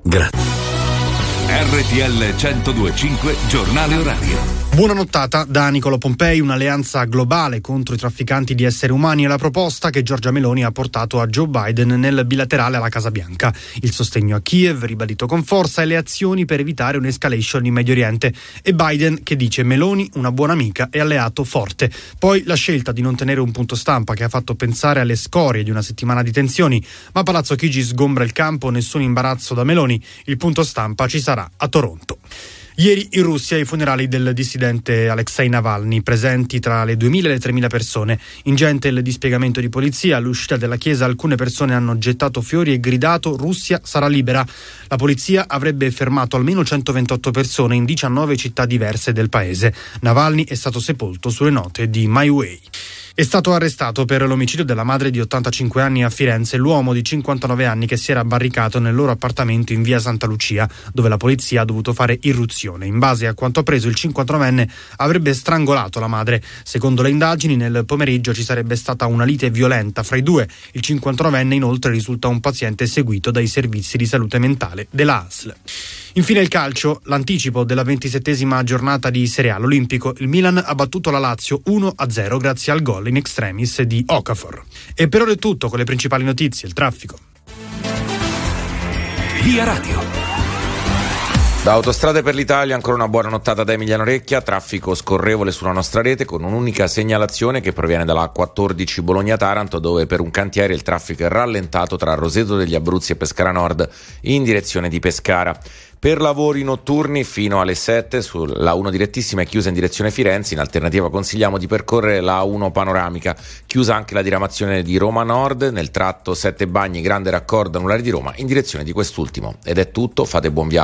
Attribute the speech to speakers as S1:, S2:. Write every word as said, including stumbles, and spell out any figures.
S1: Grazie.
S2: R T L centodue e cinque Giornale Orario.
S3: Buona nottata da Nicolò Pompei. Un'alleanza globale contro i trafficanti di esseri umani è la proposta che Giorgia Meloni ha portato a Joe Biden nel bilaterale alla Casa Bianca. Il sostegno a Kiev, ribadito con forza, e le azioni per evitare un'escalation in Medio Oriente. E Biden che dice: Meloni una buona amica e alleato forte. Poi la scelta di non tenere un punto stampa che ha fatto pensare alle scorie di una settimana di tensioni. Ma Palazzo Chigi sgombra il campo, nessun imbarazzo da Meloni. Il punto stampa ci sarà a Toronto. Ieri in Russia i funerali del dissidente Alexei Navalny, presenti tra le duemila e le tremila persone. Ingente il dispiegamento di polizia. All'uscita della chiesa alcune persone hanno gettato fiori e gridato: Russia sarà libera. La polizia avrebbe fermato almeno centoventotto persone in diciannove città diverse del paese. Navalny è stato sepolto sulle note di My Way. È stato arrestato per l'omicidio della madre di ottantacinque anni a Firenze l'uomo di cinquantanove anni che si era barricato nel loro appartamento in via Santa Lucia, dove la polizia ha dovuto fare irruzione. In base a quanto appreso, il cinquantanovenne avrebbe strangolato la madre. Secondo le indagini, nel pomeriggio ci sarebbe stata una lite violenta fra i due. Il cinquantanovenne inoltre risulta un paziente seguito dai servizi di salute mentale della A S L. Infine il calcio, l'anticipo della ventisettesima giornata di Serie A olimpico. Il Milan ha battuto la Lazio uno a zero grazie al gol in extremis di Okafor. E per ora è tutto con le principali notizie, il traffico.
S2: Via Radio.
S4: Da Autostrade per l'Italia ancora una buona nottata da Emiliano Recchia, traffico scorrevole sulla nostra rete con un'unica segnalazione che proviene dalla A quattordici Bologna-Taranto, dove per un cantiere il traffico è rallentato tra Roseto degli Abruzzi e Pescara Nord in direzione di Pescara. Per lavori notturni fino alle sette sulla uno direttissima è chiusa in direzione Firenze, in alternativa consigliamo di percorrere la A uno panoramica, chiusa anche la diramazione di Roma Nord nel tratto Sette Bagni Grande Raccordo Anulare di Roma in direzione di quest'ultimo. Ed è tutto, fate buon viaggio.